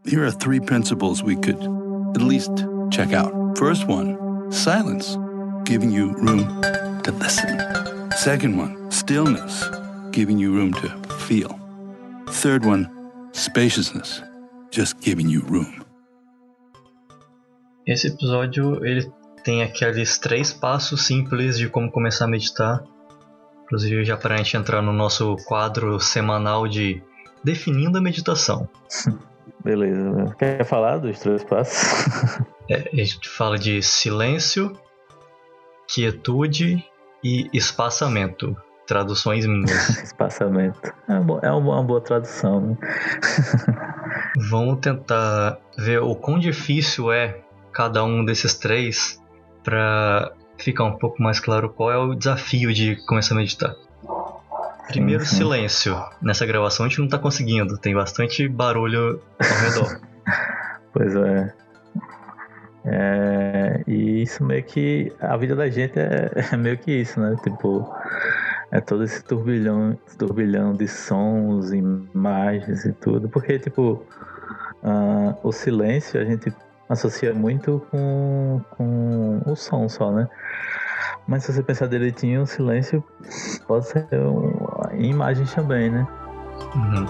Here are 3 principles we could at least check out. First one, silence, giving you room to listen. Second one, stillness, giving you room to feel. Third one, spaciousness, just giving you room. Esse episódio, ele tem aqueles 3 passos simples de como começar a meditar. Inclusive, já para a gente entrar no nosso quadro semanal de Definindo a Meditação. Beleza. Quer falar dos 3 passos? A gente fala de silêncio, quietude e espaçamento. Traduções minhas. Espaçamento. É uma boa tradução, né? Vamos tentar ver o quão difícil é cada um desses 3 para ficar um pouco mais claro qual é o desafio de começar a meditar. Primeiro, sim. Silêncio. Nessa gravação a gente não tá conseguindo, tem bastante barulho ao redor. Pois é. E isso meio que... A vida da gente é meio que isso, né? Tipo, é todo esse turbilhão de sons, imagens e tudo. Porque, tipo, o silêncio a gente associa muito com o som só, né? Mas se você pensar direitinho, o silêncio pode ser imagens também, né? Uhum.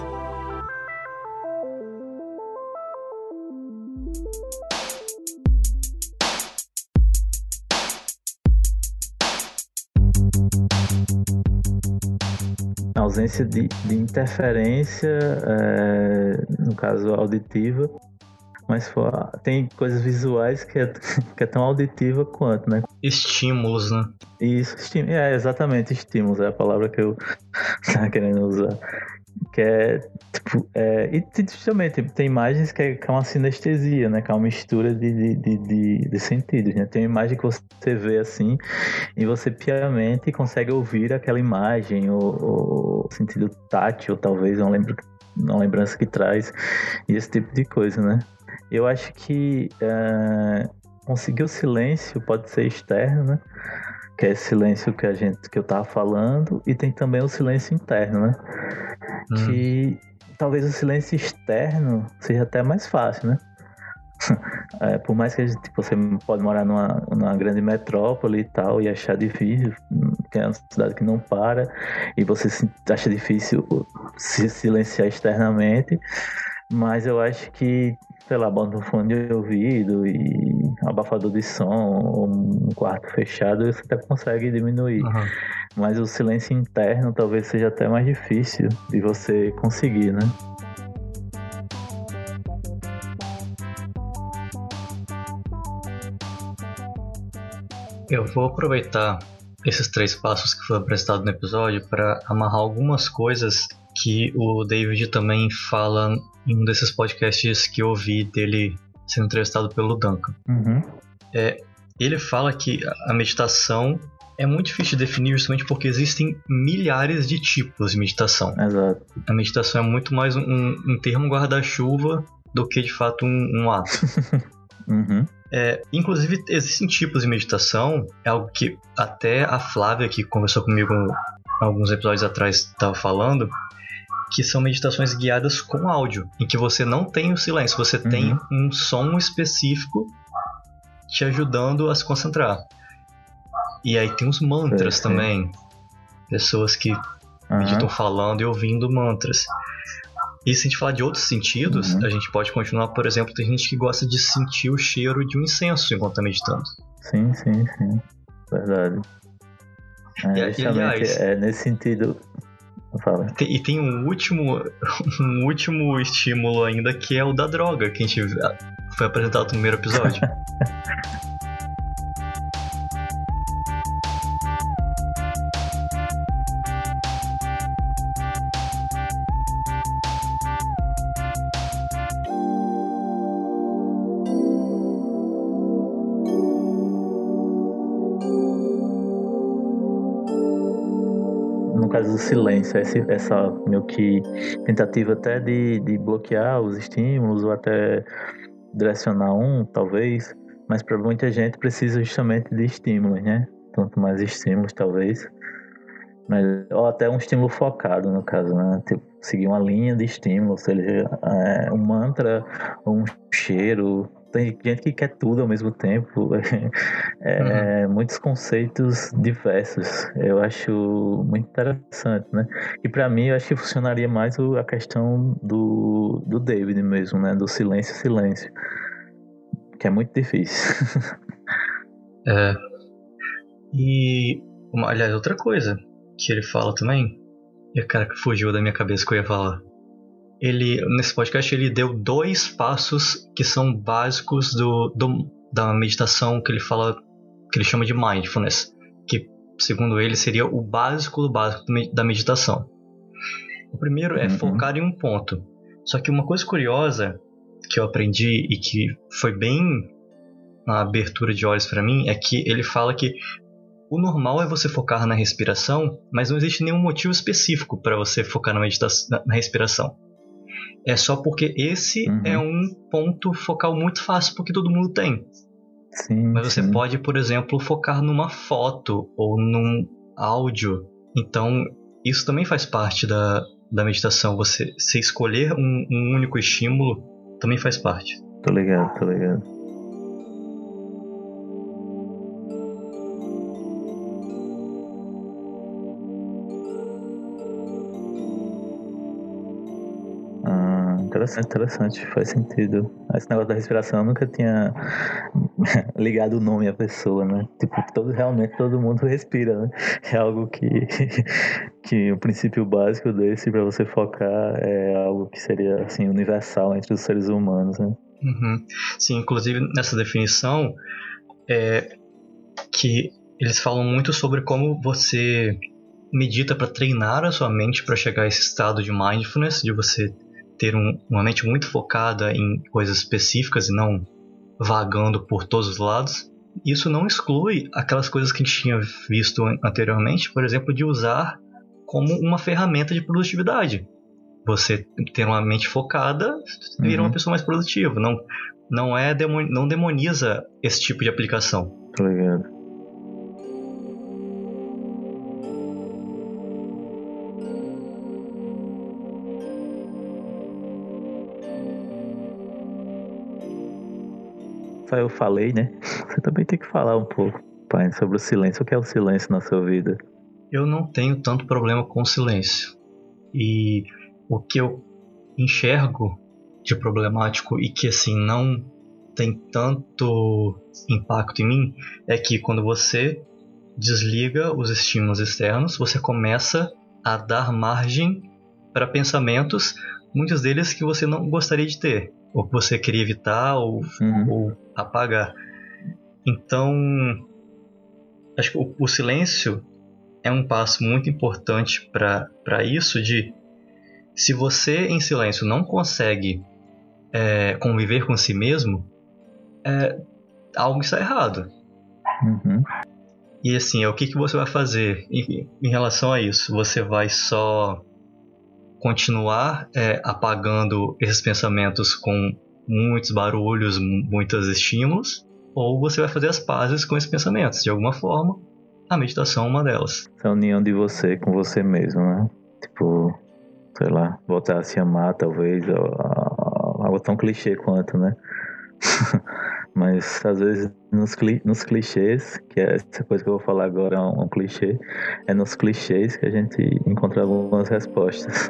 A ausência de interferência, no caso auditiva, mas tem coisas visuais que é tão auditiva quanto, né? Estímulos, né? Isso, exatamente, estímulos é a palavra que eu estava querendo usar. Que é, tipo, e justamente tem imagens que é uma sinestesia, né? Que é uma mistura de sentidos, né? Tem uma imagem que você vê assim e você piamente consegue ouvir aquela imagem, o sentido tátil, talvez, uma lembrança que traz, e esse tipo de coisa, né? Eu acho que conseguir o silêncio pode ser externo, né? Que é esse silêncio que eu tava falando, e tem também o silêncio interno, né? Que talvez o silêncio externo seja até mais fácil, né? Por mais que você pode morar numa grande metrópole e tal, e achar difícil, que é uma cidade que não para, e você acha difícil se silenciar externamente, mas eu acho que, sei lá, bota um fone de ouvido e um abafador de som, ou um quarto fechado, você até consegue diminuir. Uhum. Mas o silêncio interno talvez seja até mais difícil de você conseguir, né? Eu vou aproveitar esses 3 passos que foram apresentados no episódio para amarrar algumas coisas que o David também fala em um desses podcasts que eu ouvi dele sendo entrevistado pelo Duncan. Uhum. Ele fala que a meditação é muito difícil de definir justamente porque existem milhares de tipos de meditação. Exato. A meditação é muito mais um termo guarda-chuva do que de fato um ato. Uhum. Inclusive, existem tipos de meditação, é algo que até a Flávia, que conversou comigo alguns episódios atrás, estava falando, que são meditações guiadas com áudio, em que você não tem o silêncio, você tem um som específico te ajudando a se concentrar. E aí tem os mantras também, pessoas que meditam falando e ouvindo mantras. E se a gente falar de outros sentidos, a gente pode continuar, por exemplo, tem gente que gosta de sentir o cheiro de um incenso enquanto está meditando. Sim. Verdade. Aliás, nesse sentido... Fala. E tem um último estímulo ainda, que é o da droga, que a gente foi apresentado no primeiro episódio. No caso do silêncio, essa meio que tentativa até de bloquear os estímulos ou até direcionar talvez, mas para muita gente precisa justamente de estímulos, né? Quanto mais estímulos, talvez, ou até um estímulo focado, no caso, né? Tipo, seguir uma linha de estímulo, seja um mantra ou um cheiro. Tem gente que quer tudo ao mesmo tempo. Muitos conceitos diversos. Eu acho muito interessante, né? E para mim, eu acho que funcionaria mais a questão do David mesmo, né? Do silêncio, que é muito difícil. E, aliás, outra coisa que ele fala também, e a cara que fugiu da minha cabeça que eu ia falar. Nesse podcast, ele deu 2 passos que são básicos da meditação que ele fala, que ele chama de mindfulness, que, segundo ele, seria o básico do básico da meditação. O primeiro é focar em um ponto. Só que uma coisa curiosa que eu aprendi e que foi bem na abertura de olhos para mim é que ele fala que o normal é você focar na respiração, mas não existe nenhum motivo específico para você focar na respiração. É só porque esse é um ponto focal muito fácil, porque todo mundo tem. Sim, mas você pode, por exemplo, focar numa foto ou num áudio. Então, isso também faz parte da meditação. Você escolher um único estímulo também faz parte. Tô ligado. Interessante, faz sentido. Esse negócio da respiração, eu nunca tinha ligado o nome à pessoa, né? Tipo, realmente todo mundo respira, né? É algo que o princípio básico desse pra você focar é algo que seria, assim, universal entre os seres humanos, né? Sim, inclusive nessa definição que eles falam muito sobre como você medita para treinar a sua mente para chegar a esse estado de mindfulness, de você ter uma mente muito focada em coisas específicas e não vagando por todos os lados. Isso não exclui aquelas coisas que a gente tinha visto anteriormente, por exemplo, de usar como uma ferramenta de produtividade. Você ter uma mente focada vira uma pessoa mais produtiva. Não demoniza esse tipo de aplicação. Tô ligado. Eu falei, né? Você também tem que falar um pouco, pai, sobre o silêncio. O que é o silêncio na sua vida? Eu não tenho tanto problema com o silêncio. E o que eu enxergo de problemático e que, assim, não tem tanto impacto em mim é que quando você desliga os estímulos externos, você começa a dar margem para pensamentos, muitos deles que você não gostaria de ter, ou que você queria evitar ou apagar. Então, acho que o silêncio é um passo muito importante para isso, de se você em silêncio não consegue conviver com si mesmo, algo está errado. E assim, o que você vai fazer em relação a isso? Você vai só continuar apagando esses pensamentos com muitos barulhos, muitos estímulos, ou você vai fazer as pazes com esses pensamentos? De alguma forma, a meditação é uma delas. Essa união de você com você mesmo, né? Tipo, sei lá, voltar a se amar, talvez, algo tão clichê quanto, né? Mas às vezes nos clichês, que é essa coisa que eu vou falar agora, é um clichê, é nos clichês que a gente encontra algumas respostas.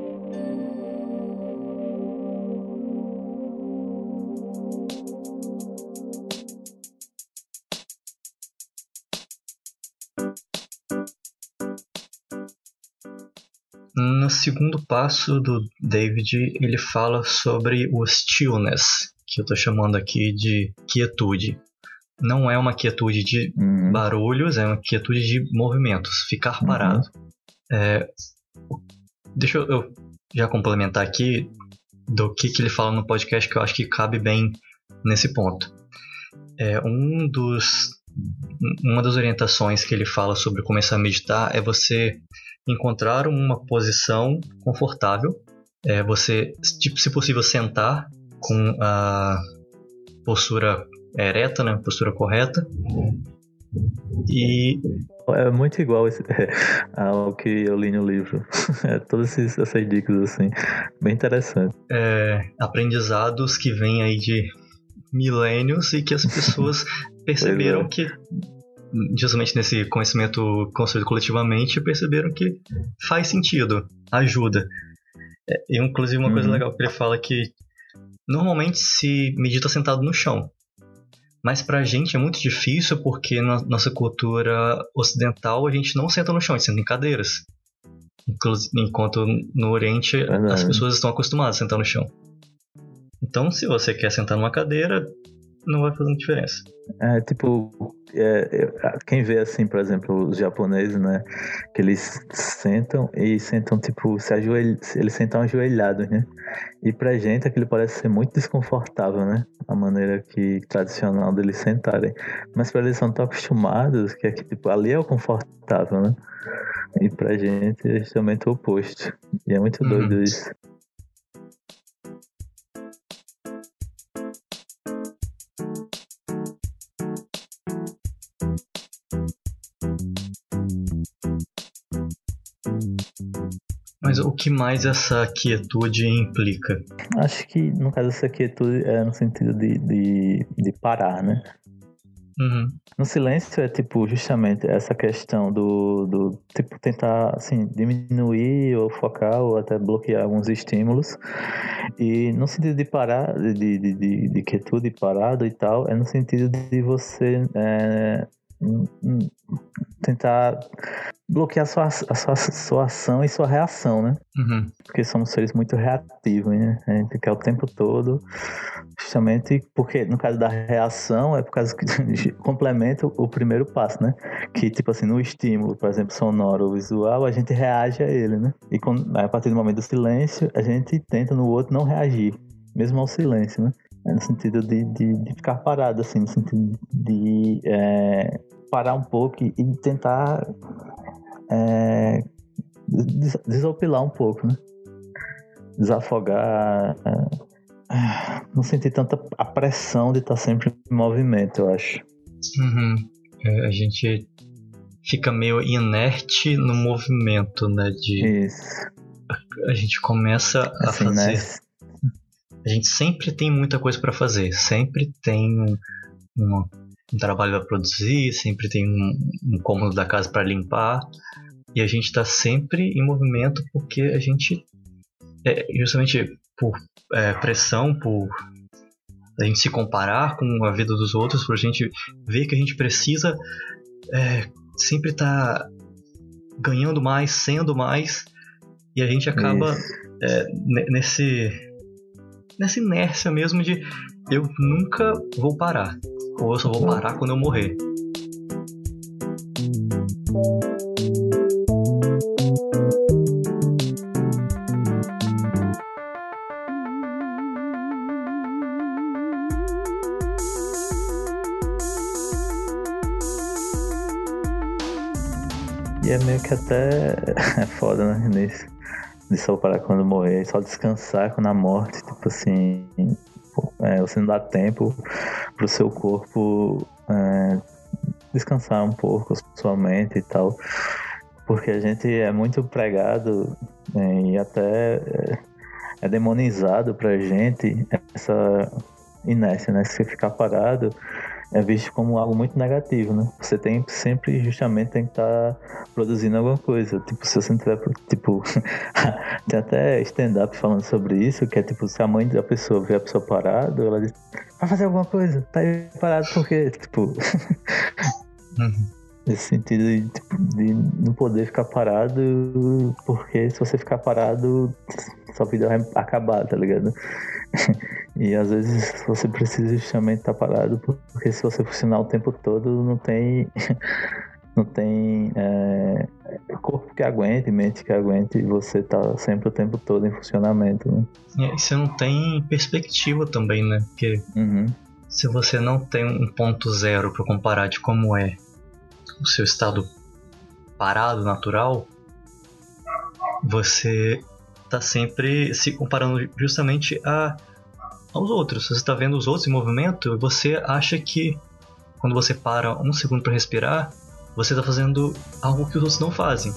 No segundo passo do David, ele fala sobre o stillness, que eu estou chamando aqui de quietude. Não é uma quietude de barulhos, é uma quietude de movimentos, ficar parado. Deixa eu já complementar aqui do que ele fala no podcast, que eu acho que cabe bem nesse ponto. Uma das orientações que ele fala sobre começar a meditar é você encontrar uma posição confortável, você, se possível, sentar com a postura ereta, né, postura correta, E É muito igual ao que eu li no livro. Todas essas dicas, assim, bem interessante. aprendizados que vêm aí de milênios e que as pessoas perceberam que, justamente nesse conhecimento construído coletivamente, perceberam que faz sentido, ajuda. E, inclusive, uma coisa legal que ele fala que normalmente se medita sentado no chão. Mas pra gente é muito difícil porque na nossa cultura ocidental a gente não senta no chão, a gente senta em cadeiras. Enquanto no Oriente as pessoas estão acostumadas a sentar no chão. Então, se você quer sentar numa cadeira, não vai fazer muita diferença. Quem vê assim, por exemplo, os japoneses, né, que eles sentam, tipo, eles sentam ajoelhados, né, e pra gente aquilo parece ser muito desconfortável, né, a maneira tradicional deles sentarem, mas pra eles são tão acostumados que tipo, ali é o confortável, né, e pra gente é justamente o oposto, e é muito doido isso. Mas o que mais essa quietude implica? Acho que, no caso, essa quietude é no sentido de parar, né? No silêncio é, tipo, justamente essa questão do tipo, tentar, assim, diminuir ou focar ou até bloquear alguns estímulos. E no sentido de parar, de quietude, parado e tal, é no sentido de você tentar bloquear a sua ação e sua reação, né? Porque somos seres muito reativos, né? A gente quer o tempo todo, justamente porque no caso da reação é por causa que complementa o primeiro passo, né? Que tipo assim, no estímulo, por exemplo, sonoro ou visual, a gente reage a ele, né? E a partir do momento do silêncio, a gente tenta no outro não reagir, mesmo ao silêncio, né? É no sentido de ficar parado, assim, no sentido de parar um pouco e tentar desopilar um pouco, né? Desafogar, não sentir tanta a pressão de estar sempre em movimento, eu acho. A gente fica meio inerte no movimento, né? Isso. A gente começa a assim, fazer... Né? A gente sempre tem muita coisa para fazer, sempre tem um trabalho para produzir, sempre tem um cômodo da casa para limpar, e a gente está sempre em movimento porque a gente, justamente por pressão, por a gente se comparar com a vida dos outros, por a gente ver que a gente precisa sempre estar ganhando mais, sendo mais, e a gente acaba nessa inércia mesmo de eu nunca vou parar, ou eu só vou parar quando eu morrer. E é meio que até foda, né? Nisso. De só parar quando morrer, só descansar na morte, tipo assim, você não dá tempo pro seu corpo descansar um pouco, sua mente e tal, porque a gente é muito pregado e até é demonizado pra gente essa inércia, né? Se você ficar parado é visto como algo muito negativo, né? Você sempre justamente tem que estar produzindo alguma coisa. Tipo, se você não tiver, tipo, tem até stand-up falando sobre isso, que é tipo, se a mãe da pessoa vê a pessoa parada, ela diz, vai fazer alguma coisa, tá aí parado por quê? Tipo, nesse sentido de não poder ficar parado, porque se você ficar parado, sua vida vai acabar, tá ligado? E às vezes você precisa justamente estar parado, porque se você funcionar o tempo todo, não tem corpo que aguente, mente que aguente, e você tá sempre o tempo todo em funcionamento, né? E você não tem perspectiva também, né? Porque se você não tem um ponto zero para comparar de como é o seu estado parado, natural, você tá sempre se comparando justamente aos outros. Você está vendo os outros em movimento e você acha que quando você para um segundo para respirar, você está fazendo algo que os outros não fazem.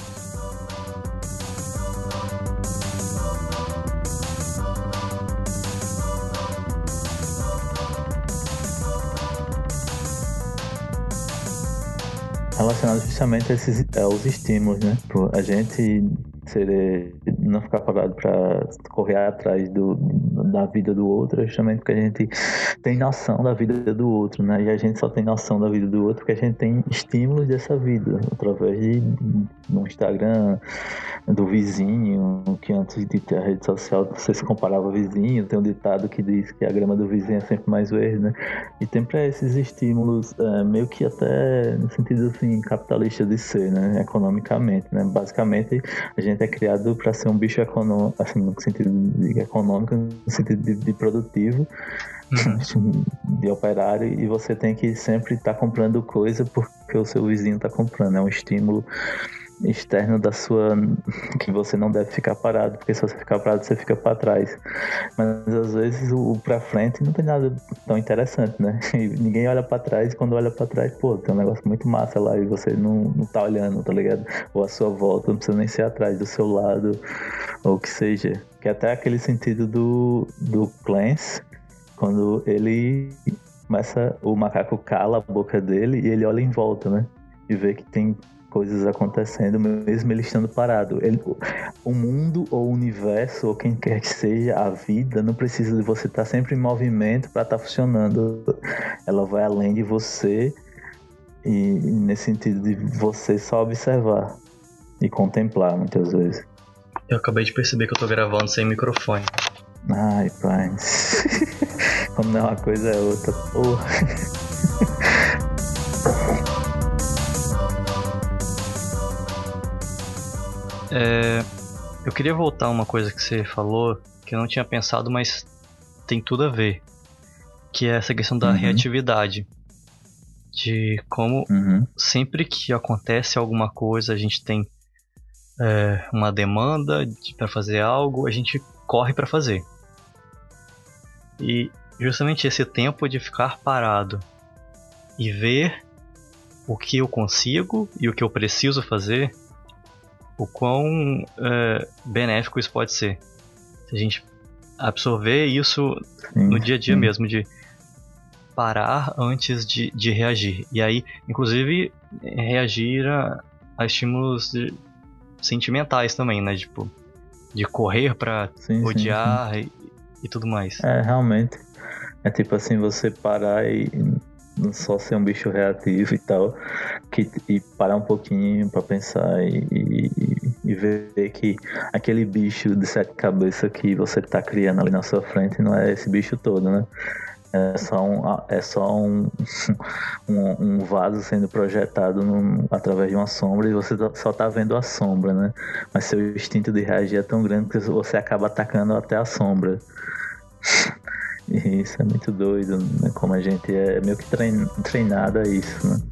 Relacionado justamente aos estímulos, né? A gente não ficar parado para correr atrás da vida do outro, é justamente porque a gente tem noção da vida do outro, né? E a gente só tem noção da vida do outro porque a gente tem estímulos dessa vida, através do Instagram, do vizinho, que antes de ter a rede social você se comparava ao vizinho, tem um ditado que diz que a grama do vizinho é sempre mais verde, né? E tem para esses estímulos, meio que até no sentido assim, capitalista de ser, né? Economicamente, né? Basicamente, a gente é criado para ser um bicho econômico, assim, no sentido de econômico, no sentido de produtivo, de operário, e você tem que sempre estar comprando coisa porque o seu vizinho está comprando. É um estímulo externo da sua, que você não deve ficar parado, porque se você ficar parado você fica para trás. Mas às vezes o para frente não tem nada tão interessante, né? E ninguém olha para trás, e quando olha para trás, pô, tem um negócio muito massa lá e você não tá olhando, tá ligado? Ou a sua volta, não precisa nem ser atrás, do seu lado, ou o que seja. Que é até aquele sentido do Clancy, quando ele começa, o macaco cala a boca dele e ele olha em volta, né? E vê que tem coisas acontecendo, mesmo ele estando parado. O mundo ou o universo, ou quem quer que seja, a vida, não precisa de você estar sempre em movimento para estar funcionando. Ela vai além de você, e nesse sentido de você só observar e contemplar, muitas vezes. Eu acabei de perceber que eu tô gravando sem microfone. Ai, pai. Quando não é uma coisa, é outra. Porra. Eu queria voltar a uma coisa que você falou, que eu não tinha pensado, mas tem tudo a ver. Que é essa questão da reatividade. De como sempre que acontece alguma coisa, a gente tem uma demanda para fazer algo, a gente corre para fazer. E justamente esse tempo de ficar parado e ver o que eu consigo e o que eu preciso fazer, o quão benéfico isso pode ser. Se a gente absorver isso no dia a dia mesmo, de parar antes de reagir. E aí, inclusive, reagir a estímulos sentimentais também, né? Tipo, de correr pra odiar e tudo mais. Realmente. É tipo assim, você parar e não só ser um bicho reativo e tal, e parar um pouquinho pra pensar e ver que aquele bicho de 7 cabeças que você tá criando ali na sua frente não é esse bicho todo, né? É só um vaso sendo projetado através de uma sombra, e você só tá vendo a sombra, né? Mas seu instinto de reagir é tão grande que você acaba atacando até a sombra. E isso é muito doido, né? Como a gente é meio que treinado a isso, né?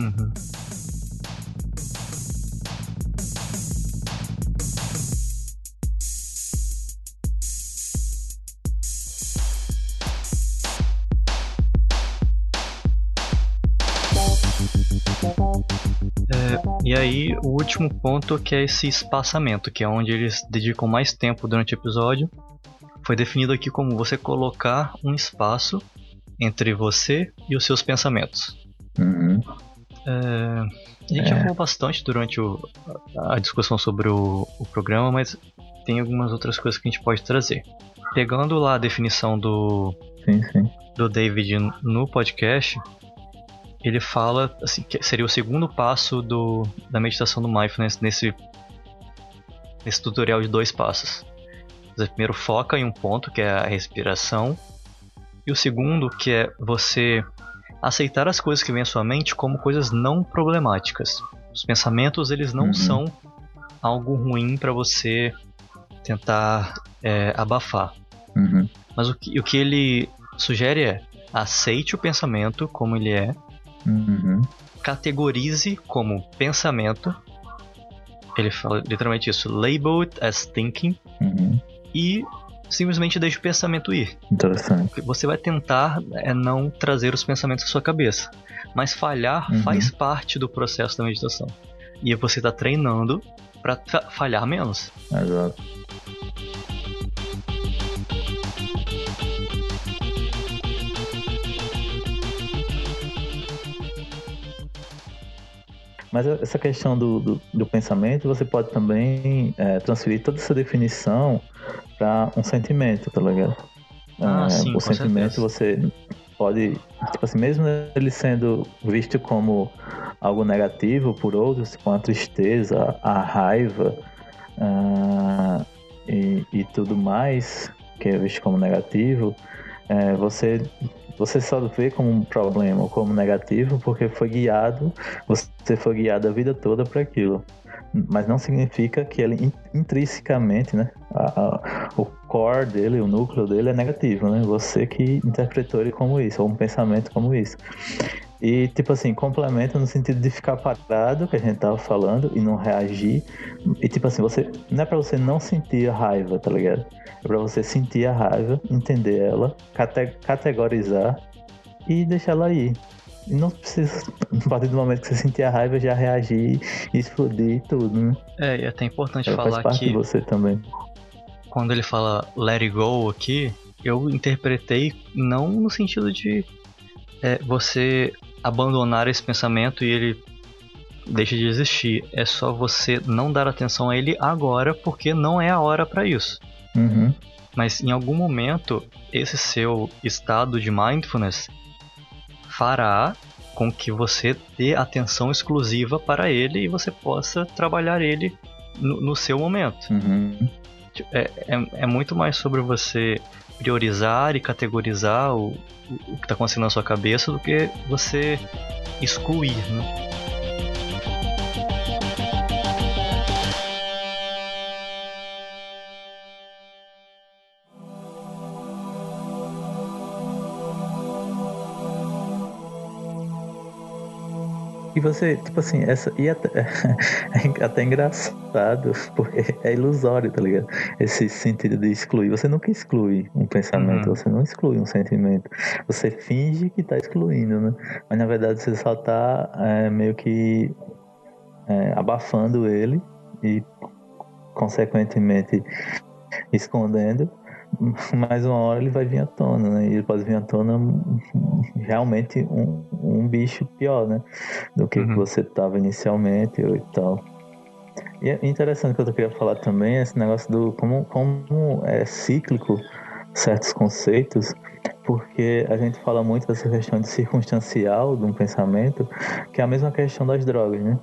E aí, o último ponto, que é esse espaçamento, que é onde eles dedicam mais tempo durante o episódio. Foi definido aqui como você colocar um espaço entre você e os seus pensamentos. A gente já falou bastante durante a discussão sobre o programa, mas tem algumas outras coisas que a gente pode trazer. Pegando lá a definição do David no podcast, ele fala assim, que seria o segundo passo da meditação do Mindfulness nesse tutorial de 2 passos. Você primeiro foca em um ponto, que é a respiração, e o segundo, que é você aceitar as coisas que vêm à sua mente como coisas não problemáticas. Os pensamentos, eles não são algo ruim para você tentar abafar. Mas o que ele sugere é: aceite o pensamento como ele é, categorize como pensamento, ele fala literalmente isso, label it as thinking, e simplesmente deixe o pensamento ir. Interessante. O que você vai tentar é não trazer os pensamentos à sua cabeça. Mas falhar faz parte do processo da meditação. E você está treinando para falhar menos. Exato. Mas essa questão do pensamento, você pode também transferir toda essa definição para um sentimento, tá ligado? Sim, o sentimento certeza. você pode, tipo assim, mesmo ele sendo visto como algo negativo por outros, como a tristeza, a raiva e tudo mais, que é visto como negativo, você só vê como um problema ou como negativo porque você foi guiado a vida toda para aquilo. Mas não significa que ele intrinsecamente, né, o core dele, o núcleo dele é negativo, né? Você que interpretou ele como isso, ou um pensamento como isso. E, tipo assim, complementa no sentido de ficar parado, que a gente tava falando, e não reagir. E, tipo assim, não é pra você não sentir a raiva, tá ligado? É pra você sentir a raiva, entender ela, categorizar e deixar ela aí. E não precisa, a partir do momento que você sentir a raiva, já reagir, explodir e tudo, né? E é até importante Ela faz falar parte de que você também. quando ele fala let it go aqui, eu interpretei não no sentido de você abandonar esse pensamento e ele deixa de existir. É só você não dar atenção a ele agora, porque não é a hora para isso. Uhum. Mas em algum momento, esse seu estado de mindfulness fará com que você dê atenção exclusiva para ele e você possa trabalhar ele no seu momento. Uhum. É muito mais sobre você priorizar e categorizar o que está acontecendo na sua cabeça do que você excluir, né? E você, tipo assim, é até engraçado, porque é ilusório, tá ligado? Esse sentido de excluir. Você nunca exclui um pensamento, você não exclui um sentimento. Você finge que tá excluindo, né? Mas na verdade você só tá meio que abafando ele e, consequentemente, escondendo. Mas uma hora ele vai vir à tona, né? E ele pode vir à tona realmente um bicho pior, né? Do que você estava inicialmente e tal. E é interessante que eu queria falar também esse negócio do como é cíclico certos conceitos, porque a gente fala muito dessa questão de circunstancial de um pensamento, que é a mesma questão das drogas, né?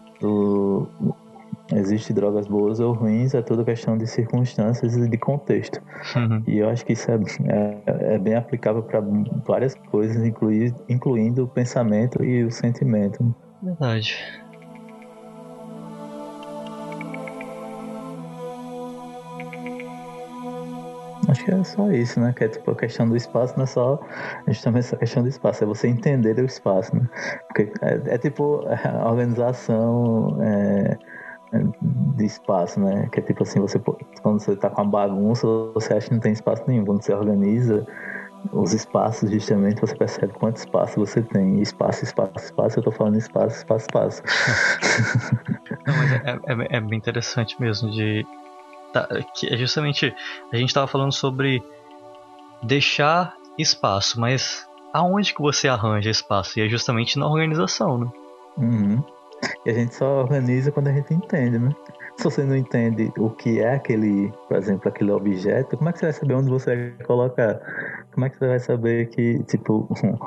Existem drogas boas ou ruins, é tudo questão de circunstâncias e de contexto. E eu acho que isso é bem aplicável para várias coisas, incluindo o pensamento e o sentimento. Verdade. Acho que é só isso, né? Que é tipo a questão do espaço, não é só justamente essa questão do espaço, é você entender o espaço, né? Porque é tipo a organização de espaço, né? Que é tipo assim, quando você tá com uma bagunça, você acha que não tem espaço nenhum. Quando você organiza os espaços, justamente, você percebe quanto espaço você tem. Espaço, eu tô falando espaço. Não, mas é bem interessante mesmo que é justamente, a gente estava falando sobre deixar espaço, mas aonde que você arranja espaço? E é justamente na organização, né? Uhum. E a gente só organiza quando a gente entende, né? Se você não entende o que é aquele, por exemplo, aquele objeto, como é que você vai saber onde você vai colocar? Como é que você vai saber que, tipo,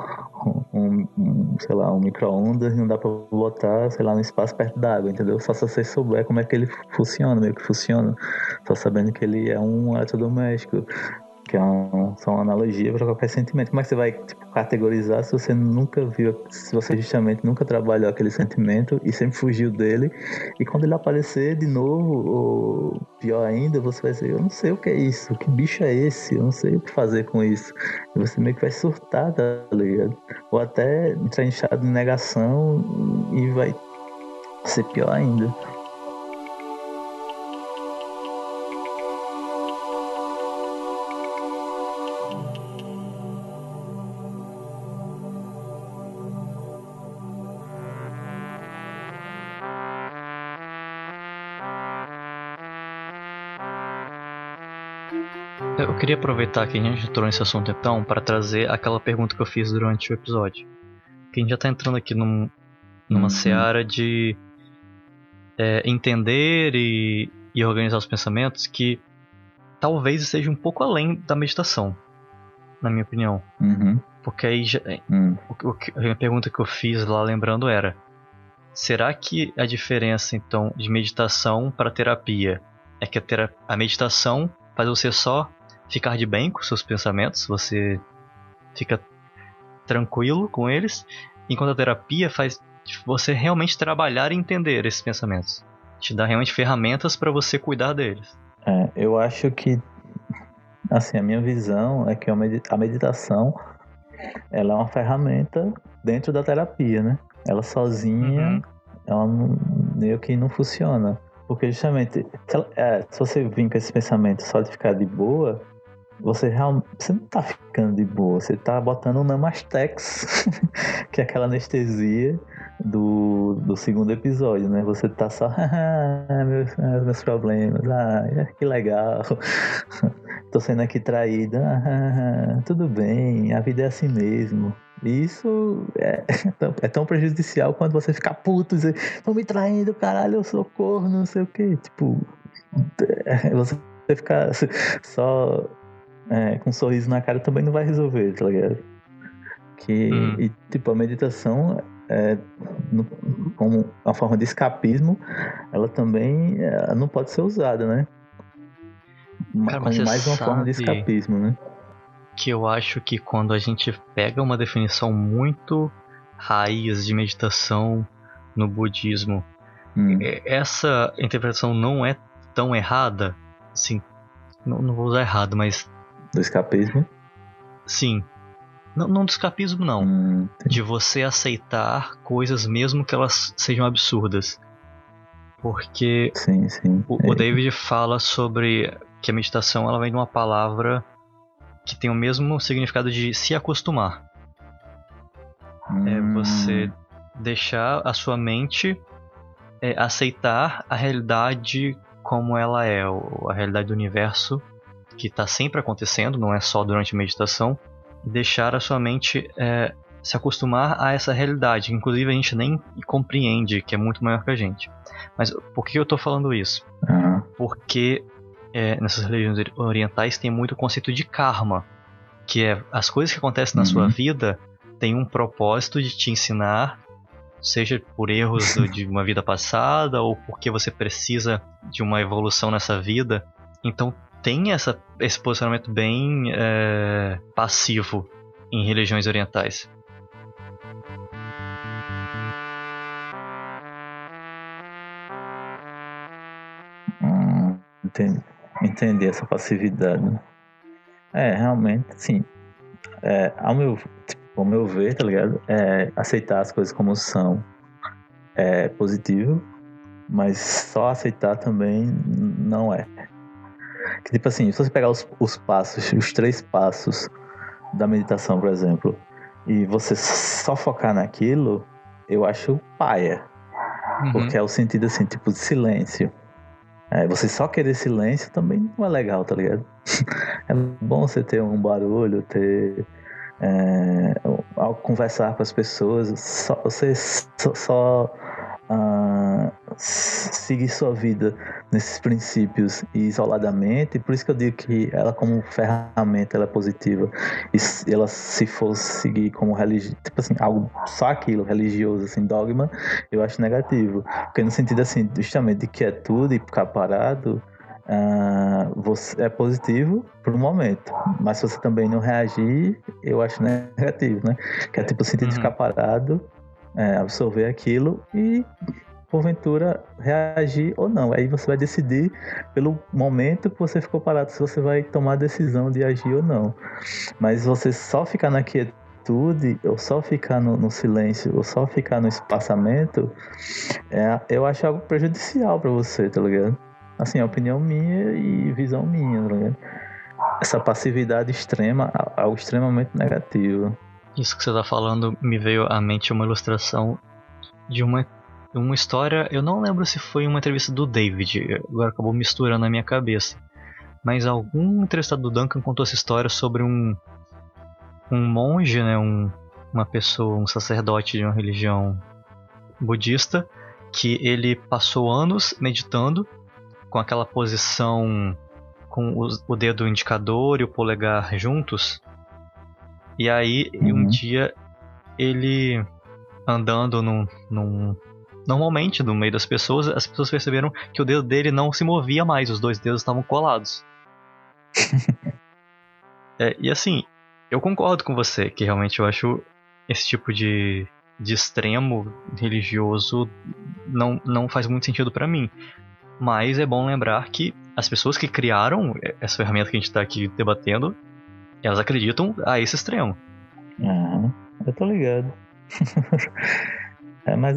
sei lá, um micro-ondas não dá pra botar, sei lá, no espaço perto d'água, entendeu? Só se você souber como é que ele funciona, meio que funciona. Só sabendo que ele é um eletrodoméstico, que são uma analogia para qualquer sentimento. Como é que você vai categorizar se você nunca viu, se você justamente nunca trabalhou aquele sentimento e sempre fugiu dele, e quando ele aparecer de novo, ou pior ainda, você vai dizer, eu não sei o que é isso, que bicho é esse, eu não sei o que fazer com isso. E você meio que vai surtar, tá ligado? Ou até entrar em estado de negação e vai ser pior ainda. Eu queria aproveitar que a gente entrou nesse assunto então para trazer aquela pergunta que eu fiz durante o episódio. Que a gente já tá entrando aqui numa seara de entender e organizar os pensamentos que talvez esteja um pouco além da meditação, na minha opinião. Porque aí a pergunta que eu fiz lá lembrando era: será que a diferença então de meditação para terapia é que a meditação faz você só ficar de bem com seus pensamentos, você fica tranquilo com eles, enquanto a terapia faz você realmente trabalhar e entender esses pensamentos, te dá realmente ferramentas para você cuidar deles? Eu acho que, assim, a minha visão é que a meditação, ela é uma ferramenta dentro da terapia, né? Ela sozinha, ela meio que não funciona. Porque justamente, se você vir com esse pensamento só de ficar de boa, você não tá ficando de boa, você tá botando um Namastex, que é aquela anestesia do segundo episódio, né? Você tá só, meus problemas, que legal, tô sendo aqui traída, tudo bem, a vida é assim mesmo. E isso é tão prejudicial quando você fica puto e dizer, tô me traindo, caralho, eu sou corno, não sei o que. Tipo, você ficar só com um sorriso na cara também não vai resolver, tá ligado? E tipo, a meditação, como uma forma de escapismo, ela também não pode ser usada, né? Cara, como mais uma forma de escapismo, né? Que eu acho que quando a gente pega uma definição muito raiz de meditação no budismo, essa interpretação não é tão errada, assim, não vou usar errado, mas... Do escapismo? Sim. Não do escapismo, não. De você aceitar coisas mesmo que elas sejam absurdas. Porque sim. O David fala sobre que a meditação ela vem de uma palavra que tem o mesmo significado de se acostumar. É você deixar a sua mente aceitar a realidade como ela é, a realidade do universo que está sempre acontecendo, não é só durante a meditação, e deixar a sua mente se acostumar a essa realidade, que inclusive a gente nem compreende, que é muito maior que a gente. Mas por que eu estou falando isso? Porque nessas religiões orientais tem muito o conceito de karma, que é as coisas que acontecem na sua vida têm um propósito de te ensinar, seja por erros de uma vida passada ou porque você precisa de uma evolução nessa vida. Então tem esse posicionamento bem passivo em religiões orientais. Entendi essa passividade. Realmente, sim. Ao meu ver, tá ligado? Aceitar as coisas como são é positivo, mas só aceitar também não é. Que, tipo assim, se você pegar os passos, os 3 passos da meditação, por exemplo, e você só focar naquilo, eu acho paia. Porque é o sentido assim, tipo, de silêncio. Você só querer silêncio também não é legal, tá ligado? É bom você ter um barulho, ter ao conversar com as pessoas, você só seguir sua vida nesses princípios e isoladamente. Por isso que eu digo que ela como ferramenta ela é positiva, e ela se for seguir como religião, tipo assim, algo só aquilo, religioso, assim, dogma, eu acho negativo, porque no sentido assim, justamente de quietude e ficar parado, você é positivo por um momento, mas se você também não reagir, eu acho negativo, né? Que é tipo o sentido de ficar parado, absorver aquilo e porventura reagir ou não. Aí você vai decidir pelo momento que você ficou parado, se você vai tomar a decisão de agir ou não. Mas você só ficar na quietude, ou só ficar no silêncio, ou só ficar no espaçamento, eu acho algo prejudicial pra você, tá ligado? Assim, a opinião minha e visão minha, tá ligado? Essa passividade extrema, algo extremamente negativo. Isso que você tá falando me veio à mente uma ilustração de uma história. Eu não lembro se foi uma entrevista do David, agora acabou misturando na minha cabeça. mas algum entrevistado do Duncan contou essa história sobre um monge, né, uma pessoa, um sacerdote de uma religião budista, que ele passou anos meditando com aquela posição com o dedo indicador e o polegar juntos. E aí, um dia, ele andando normalmente no meio das pessoas, as pessoas perceberam que o dedo dele não se movia mais, os dois dedos estavam colados. E assim, eu concordo com você, que realmente eu acho esse tipo de extremo religioso não faz muito sentido pra mim. Mas é bom lembrar que as pessoas que criaram essa ferramenta que a gente está aqui debatendo, elas acreditam a esse extremo. Eu tô ligado. Mas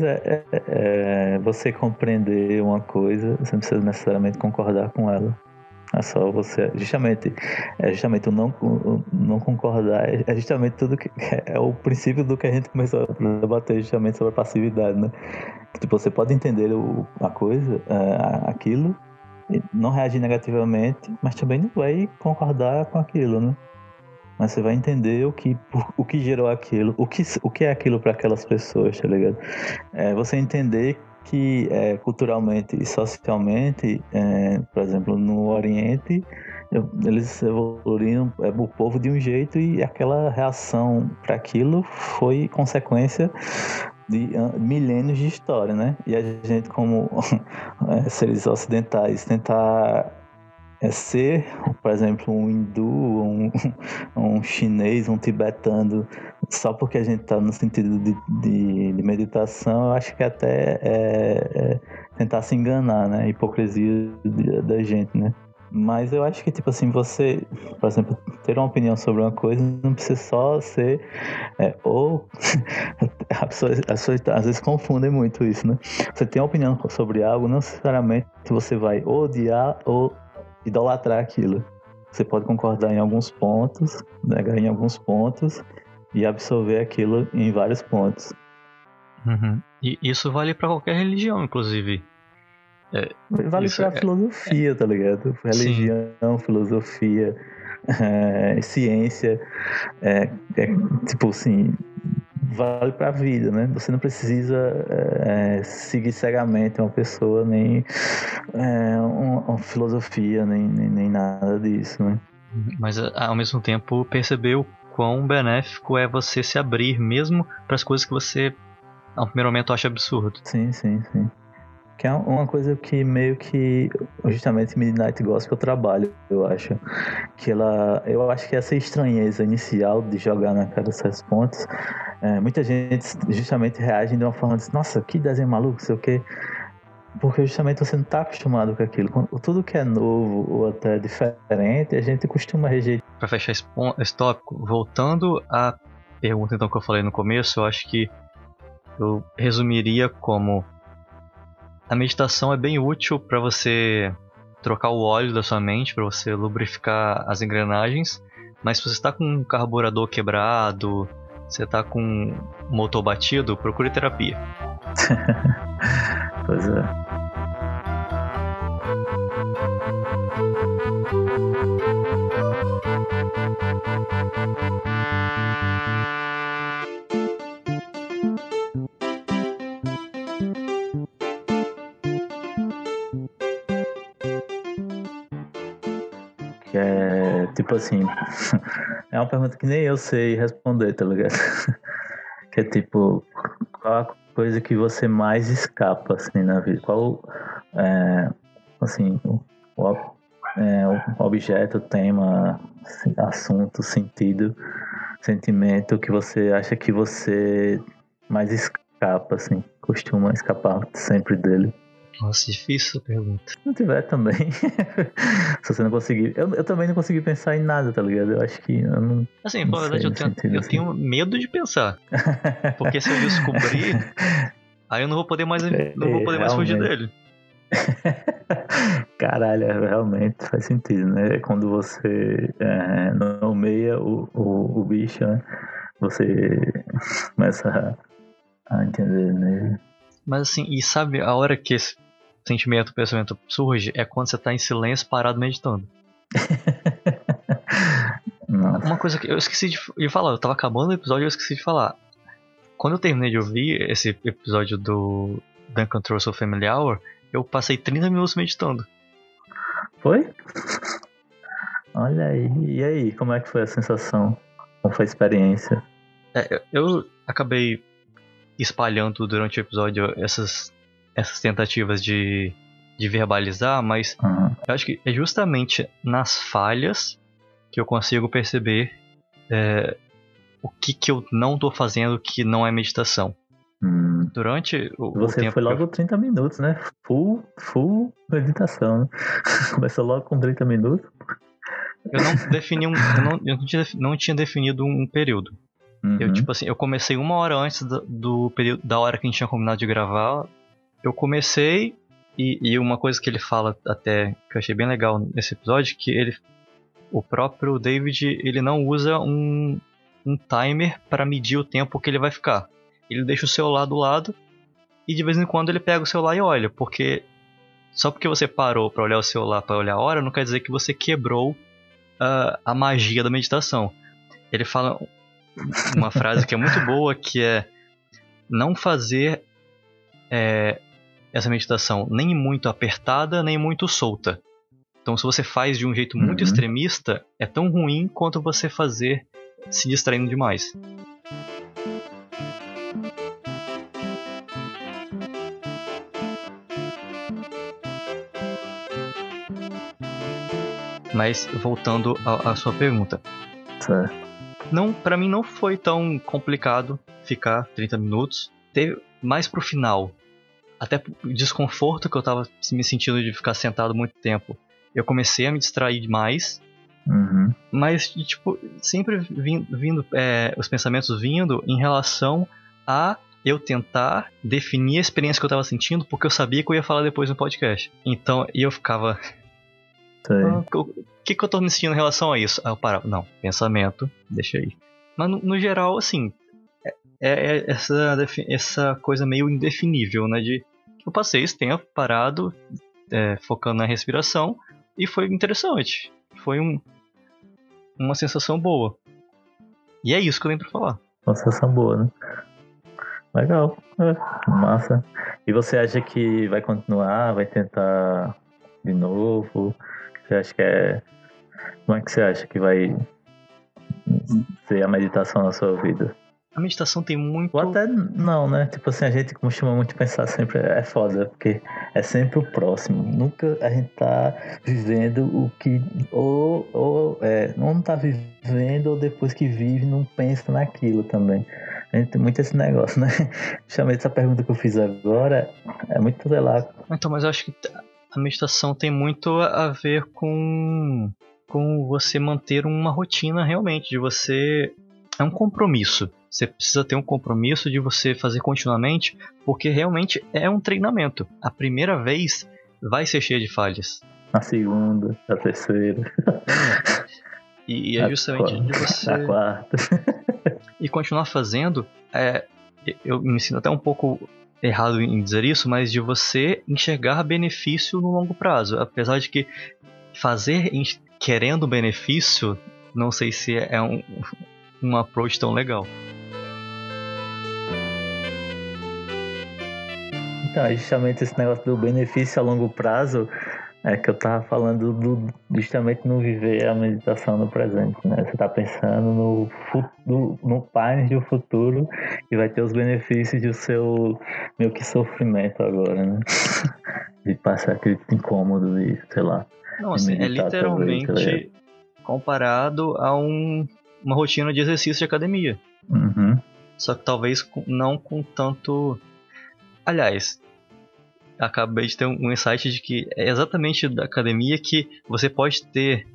você compreender uma coisa, você não precisa necessariamente concordar com ela. É só você. Justamente o não concordar é justamente tudo que é o princípio do que a gente começou a debater justamente sobre a passividade, né? Tipo, você pode entender a coisa, aquilo, e não reagir negativamente, mas também não vai concordar com aquilo, né? Mas você vai entender o que gerou aquilo, o que é aquilo para aquelas pessoas, tá ligado? Você entender que culturalmente e socialmente, por exemplo, no Oriente, eles evoluíram o povo de um jeito e aquela reação para aquilo foi consequência de milênios de história, né? E a gente, como seres ocidentais, tentar ser, por exemplo, um hindu, um chinês, um tibetano, só porque a gente está no sentido de meditação, eu acho que até é tentar se enganar, né? A hipocrisia da gente, né? Mas eu acho que, tipo assim, você, por exemplo, ter uma opinião sobre uma coisa não precisa só ser ou as pessoas às vezes confundem muito isso, né? Você tem uma opinião sobre algo, não necessariamente você vai odiar ou idolatrar aquilo. Você pode concordar em alguns pontos, negar em alguns pontos e absorver aquilo em vários pontos. E isso vale para qualquer religião, inclusive. Vale pra filosofia, tá ligado? Religião, sim. Filosofia, ciência, tipo assim, vale pra vida, né? Você não precisa seguir cegamente uma pessoa, nem uma filosofia, nem nada disso, né? Mas ao mesmo tempo perceber o quão benéfico é você se abrir mesmo para as coisas que você ao primeiro momento acha absurdo. Sim. Que é uma coisa que meio que justamente Midnight Gospel trabalha, eu acho. Eu acho que essa estranheza inicial de jogar na cara dessas pontes, muita gente justamente reage de uma forma de nossa, que desenho maluco, sei o quê. Porque justamente você não está acostumado com aquilo. Tudo que é novo ou até diferente, a gente costuma rejeitar. Para fechar esse tópico, voltando à pergunta então que eu falei no começo, eu acho que eu resumiria como a meditação é bem útil para você trocar o óleo da sua mente, para você lubrificar as engrenagens, mas se você está com um carburador quebrado, você está com um motor batido, procure terapia. Pois é. Tipo assim, é uma pergunta que nem eu sei responder, tá ligado? Que é tipo, qual a coisa que você mais escapa, assim, na vida? Qual, assim, o objeto, tema, assunto, sentido, sentimento que você acha que você mais escapa, assim, costuma escapar sempre dele? Nossa, difícil essa pergunta. Se não tiver também. Se você não conseguir. Eu também não consegui pensar em nada, tá ligado? Eu acho que eu não. Assim, na verdade, eu tenho medo de pensar. Porque se eu descobrir, aí eu não vou poder mais fugir dele. Caralho, realmente faz sentido, né? Quando você nomeia o bicho, né? Você começa a entender nele. Mas assim, e sabe a hora que esse sentimento, pensamento surge é quando você tá em silêncio, parado, meditando. Uma coisa que eu esqueci de falar, eu tava acabando o episódio e eu esqueci de falar. Quando eu terminei de ouvir esse episódio do Duncan Trussell Family Hour, eu passei 30 minutos meditando. Foi? Olha aí. E aí, como é que foi a sensação? Como foi a experiência? Eu acabei espalhando durante o episódio essas tentativas de verbalizar, mas eu acho que é justamente nas falhas que eu consigo perceber o que eu não tô fazendo que não é meditação. Durante o Você tempo foi logo 30 minutos, né? Full meditação, né? Começou logo com 30 minutos. Eu não defini não tinha definido um período. Eu, tipo assim, eu comecei 1 hora antes do período, da hora que a gente tinha combinado de gravar. Eu comecei, e uma coisa que ele fala até, que eu achei bem legal nesse episódio, que o próprio David, ele não usa um timer para medir o tempo que ele vai ficar. Ele deixa o celular do lado e de vez em quando ele pega o celular e olha, porque só porque você parou para olhar o celular, para olhar a hora, não quer dizer que você quebrou a magia da meditação. Ele fala uma frase que é muito boa, que é não fazer essa meditação nem muito apertada, nem muito solta. Então, se você faz de um jeito muito extremista, é tão ruim quanto você fazer se distraindo demais. Mas, voltando à sua pergunta. Certo. Não, pra mim não foi tão complicado ficar 30 minutos. Teve mais pro final. Até o desconforto que eu tava me sentindo de ficar sentado muito tempo. Eu comecei a me distrair demais. Mas, tipo, sempre vindo os pensamentos vindo em relação a eu tentar definir a experiência que eu tava sentindo, porque eu sabia que eu ia falar depois no podcast. Então, eu ficava... O que eu tô me sentindo em relação a isso? Aí eu parava, não, pensamento, deixa aí. Mas no geral, assim, essa coisa meio indefinível, né? De eu passei esse tempo parado, focando na respiração, e foi interessante. Foi uma sensação boa. E é isso que eu lembro pra falar. Uma sensação boa, né? Legal, massa. E você acha que vai continuar, vai tentar de novo? Você acha que como é que você acha que vai ser a meditação na sua vida? A meditação tem muito... Ou até não, né? Tipo assim, a gente costuma muito pensar sempre, é foda, porque é sempre o próximo. Nunca a gente tá vivendo o que... não tá vivendo, ou depois que vive, não pensa naquilo também. A gente tem muito esse negócio, né? Justamente essa pergunta que eu fiz agora é muito relado. Então, mas eu acho que a meditação tem muito a ver com você manter uma rotina realmente, de você... É um compromisso. Você precisa ter um compromisso de você fazer continuamente, porque realmente é um treinamento. A primeira vez vai ser cheia de falhas. A segunda, a terceira. E é justamente de você... A quarta. E continuar fazendo, eu me sinto até um pouco errado em dizer isso, mas de você enxergar benefício no longo prazo. Apesar de que fazer querendo benefício, não sei se é um approach tão legal. Então, justamente esse negócio do benefício a longo prazo é que eu tava falando justamente no viver a meditação no presente, né? Você tá pensando no país do futuro e vai ter os benefícios do seu meio que sofrimento agora, né? De passar aquele incômodo de, sei lá. Não, assim, é literalmente comparado a uma rotina de exercício de academia. Só que talvez não com tanto... Aliás, acabei de ter um insight de que é exatamente da academia que você pode ter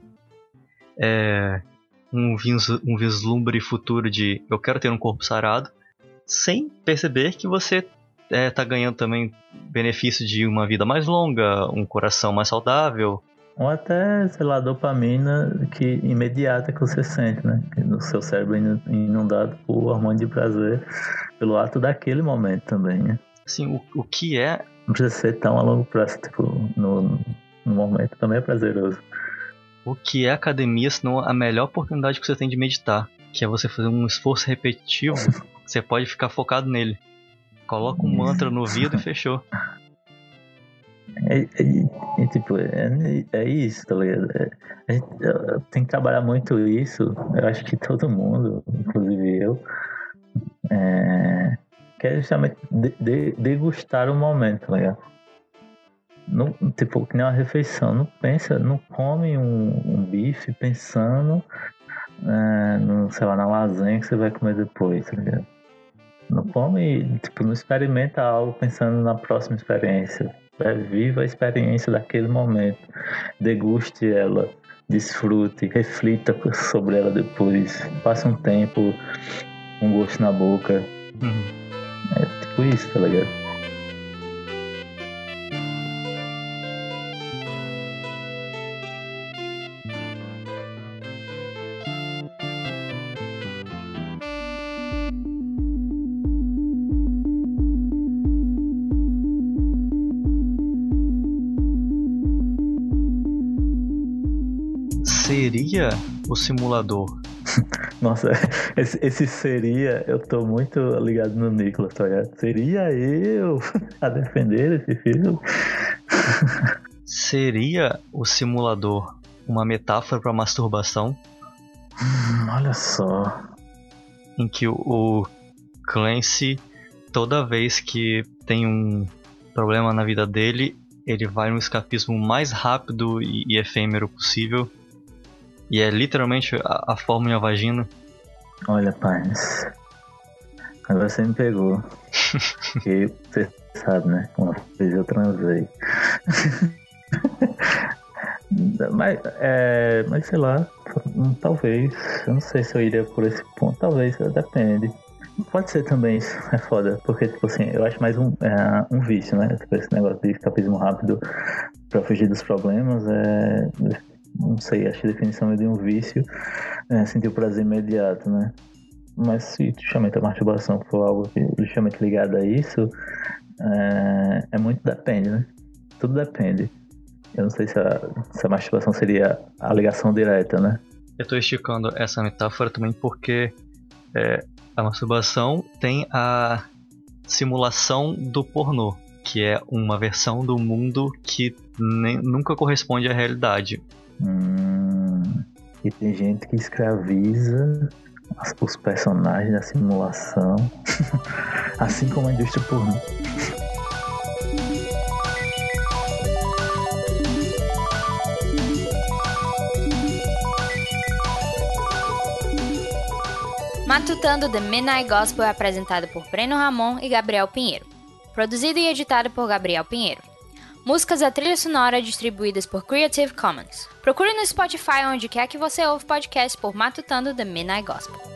um vislumbre futuro de eu quero ter um corpo sarado, sem perceber que você tá ganhando também benefício de uma vida mais longa, um coração mais saudável. Ou até, sei lá, dopamina imediata que você sente, né? No seu cérebro inundado por hormônio de prazer pelo ato daquele momento também, né? Assim, o que é... Não precisa ser tão a longo prazo, tipo, no momento também é prazeroso. o que é academia, senão a melhor oportunidade que você tem de meditar, que é você fazer um esforço repetitivo, você pode ficar focado nele. Coloca um mantra no ouvido e fechou. Tipo, é isso, tá ligado? A gente tem que trabalhar muito isso, eu acho que todo mundo, inclusive eu, quer justamente degustar o momento, tá ligado? Não, tipo, que nem uma refeição, não come um bife pensando sei lá, na lasanha que você vai comer depois, tá ligado? Não come, tipo, não experimenta algo pensando na próxima experiência. Viva a experiência daquele momento, deguste ela, desfrute, reflita sobre ela depois, passe um tempo, um gosto na boca. É tipo isso, tá ligado? Seria o simulador? Nossa, esse seria, eu tô muito ligado no Nicolas, tá ligado? Seria eu a defender esse filme? Seria o simulador uma metáfora para masturbação? Olha só. Em que o Clancy, toda vez que tem um problema na vida dele, ele vai no escapismo mais rápido e efêmero possível. E é literalmente a forma de uma vagina. Olha, paz. Agora você me pegou. Porque você sabe, né? Uma vez eu transei. Mas sei lá, talvez. Eu não sei se eu iria por esse ponto. Talvez, depende. Pode ser também, isso é foda. Porque, tipo assim, eu acho mais um vício, né? Esse negócio de escapismo rápido pra fugir dos problemas não sei, acho que a definição é de um vício, sentir o prazer imediato, né? Mas se justamente a masturbação for algo justamente ligado a isso, muito depende, né? Tudo depende. Eu não sei se a masturbação seria a ligação direta, né? Eu tô esticando essa metáfora também porque a masturbação tem a simulação do pornô, que é uma versão do mundo que nunca corresponde à realidade. E tem gente que escraviza os personagens da simulação, assim como a indústria pornô. Matutando The Midnight Gospel é apresentado por Breno Ramon e Gabriel Pinheiro. Produzido e editado por Gabriel Pinheiro. Músicas da trilha sonora distribuídas por Creative Commons. Procure no Spotify onde quer que você ouve podcast por Matutando The Midnight Gospel.